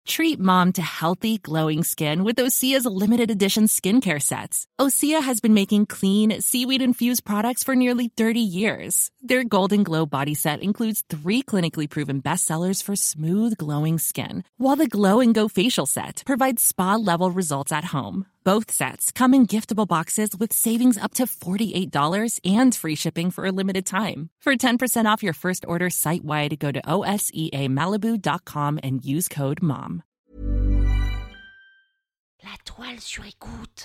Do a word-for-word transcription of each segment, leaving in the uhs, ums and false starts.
Treat mom to healthy, glowing skin with Osea's limited edition skincare sets. Osea has been making clean, seaweed-infused products for nearly thirty years. Their Golden Glow body set includes three clinically proven bestsellers for smooth, glowing skin, while the Glow and Go facial set provides spa-level results at home. Both sets come in giftable boxes with savings up to forty-eight dollars and free shipping for a limited time. For ten percent off your first order site-wide, go to O S E A Malibu dot com and use code MOM. La toile sur écoute.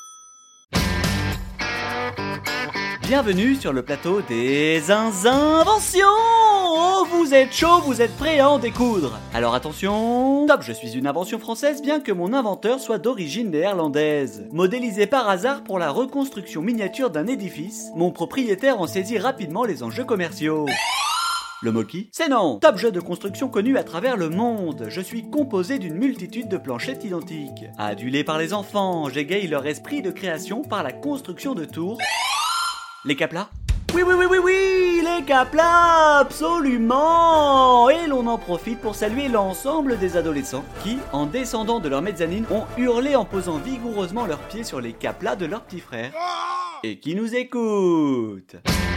Bienvenue sur le plateau des inventions. Oh, vous êtes chaud, vous êtes prêts à en découdre. Alors attention, top, je suis une invention française bien que mon inventeur soit d'origine néerlandaise. Modélisé par hasard pour la reconstruction miniature d'un édifice, mon propriétaire en saisit rapidement les enjeux commerciaux. Le Moki ? C'est non. Top jeu de construction connu à travers le monde. Je suis composé d'une multitude de planchettes identiques. Adulés par les enfants, j'égaye leur esprit de création par la construction de tours. Les caplas ? Oui, oui, oui, oui, oui, les caplas, absolument. Et l'on en profite pour saluer l'ensemble des adolescents qui, en descendant de leur mezzanine, ont hurlé en posant vigoureusement leurs pieds sur les caplas de leurs petits frères. Et qui nous écoutent.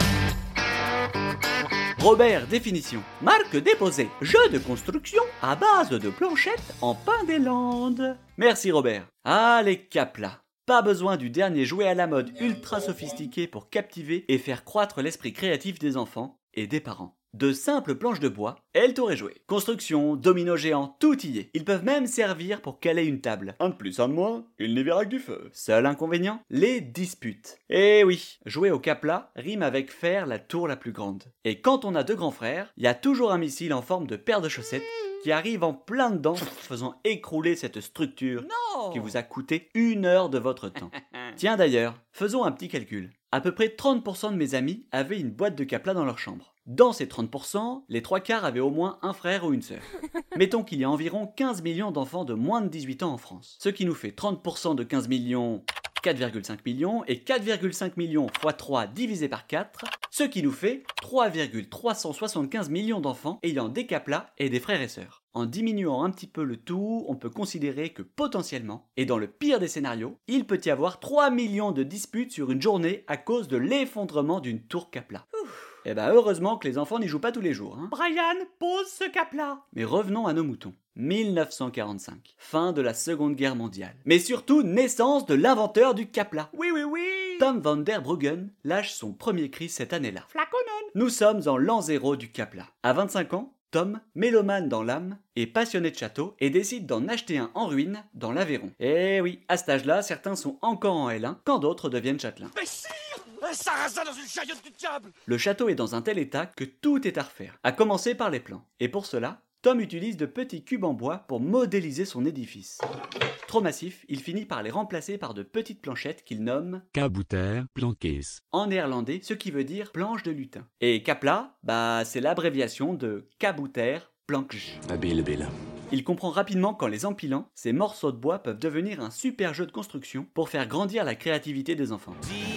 Robert, définition. Marque déposée. Jeu de construction à base de planchettes en pain des Landes. Merci Robert. Ah, les caplas. Pas besoin du dernier jouet à la mode ultra sophistiqué pour captiver et faire croître l'esprit créatif des enfants et des parents. De simples planches de bois, elles t'auraient joué. Construction, domino géant, tout y est. Ils peuvent même servir pour caler une table. Un de plus, un de moins, il n'y verra que du feu. Seul inconvénient, les disputes. Eh oui, jouer au capla rime avec faire la tour la plus grande. Et quand on a deux grands frères, il y a toujours un missile en forme de paire de chaussettes qui arrive en plein dedans, faisant écrouler cette structure non qui vous a coûté une heure de votre temps. Tiens d'ailleurs, faisons un petit calcul. À peu près trente pour cent de mes amis avaient une boîte de capla dans leur chambre. Dans ces trente pour cent, les trois quarts avaient au moins un frère ou une sœur. Mettons qu'il y a environ quinze millions d'enfants de moins de dix-huit ans en France. Ce qui nous fait trente pour cent de quinze millions, quatre virgule cinq millions, et quatre virgule cinq millions fois trois divisé par quatre, ce qui nous fait trois virgule trois cent soixante-quinze millions d'enfants ayant des caplas et des frères et sœurs. En diminuant un petit peu le tout, on peut considérer que potentiellement, et dans le pire des scénarios, il peut y avoir trois millions de disputes sur une journée à cause de l'effondrement d'une tour capla. Eh ben heureusement que les enfants n'y jouent pas tous les jours. Hein. Brian, pose ce cap-là. Mais revenons à nos moutons. mille neuf cent quarante-cinq, fin de la Seconde Guerre mondiale. Mais surtout, naissance de l'inventeur du capla. Oui, oui, oui. Tom van der Bruggen lâche son premier cri cette année-là. Flaconon. Nous sommes en l'an zéro du capla. À vingt-cinq ans, Tom, mélomane dans l'âme, est passionné de château et décide d'en acheter un en ruine dans l'Aveyron. Eh oui, à cet âge-là, certains sont encore en L un, quand d'autres deviennent châtelains. Mais sire, un sarrasin dans une chariote du diable. Le château est dans un tel état que tout est à refaire, à commencer par les plans. Et pour cela, Tom utilise de petits cubes en bois pour modéliser son édifice. Trop massif, il finit par les remplacer par de petites planchettes qu'il nomme kabouter plankes en néerlandais, ce qui veut dire planche de lutin. Et capla, bah c'est l'abréviation de kabouter plankes. Habile, belle. Il comprend rapidement qu'en les empilant, ces morceaux de bois peuvent devenir un super jeu de construction pour faire grandir la créativité des enfants.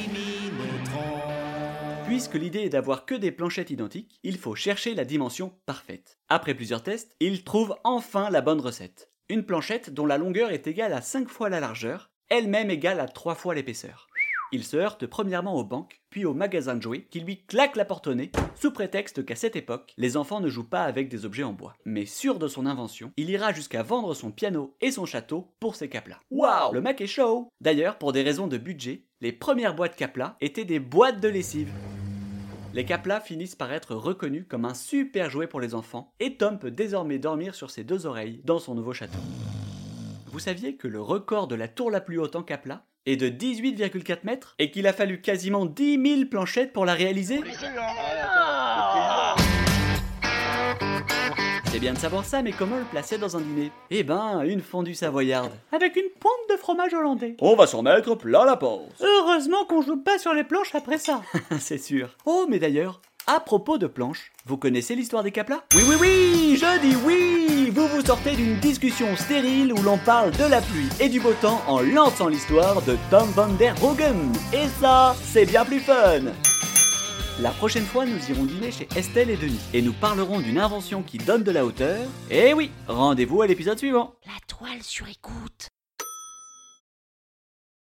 Puisque l'idée est d'avoir que des planchettes identiques, il faut chercher la dimension parfaite. Après plusieurs tests, il trouve enfin la bonne recette. Une planchette dont la longueur est égale à cinq fois la largeur, elle-même égale à trois fois l'épaisseur. Il se heurte premièrement aux banques, puis au magasin de jouets, qui lui claque la porte au nez, sous prétexte qu'à cette époque, les enfants ne jouent pas avec des objets en bois. Mais sûr de son invention, il ira jusqu'à vendre son piano et son château pour ces caplas. Waouh, le mec est chaud. D'ailleurs, pour des raisons de budget, les premières boîtes caplas étaient des boîtes de lessive. Les caplas finissent par être reconnus comme un super jouet pour les enfants, et Tom peut désormais dormir sur ses deux oreilles dans son nouveau château. Vous saviez que le record de la tour la plus haute en capla est de dix-huit virgule quatre mètres et qu'il a fallu quasiment dix mille planchettes pour la réaliser ? C'est bien de savoir ça, mais comment le placer dans un dîner ? Eh ben, une fondue savoyarde, avec une pointe de fromage hollandais. On va s'en mettre plein la panse. Heureusement qu'on joue pas sur les planches après ça. C'est sûr. Oh, mais d'ailleurs, à propos de planches, vous connaissez l'histoire des caplas ? Oui, oui, oui, je dis oui. Vous vous sortez d'une discussion stérile où l'on parle de la pluie et du beau temps en lançant l'histoire de Tom van der Bruggen. Et ça, c'est bien plus fun. La prochaine fois, nous irons dîner chez Estelle et Denis et nous parlerons d'une invention qui donne de la hauteur. Et oui, rendez-vous à l'épisode suivant. La toile sur écoute.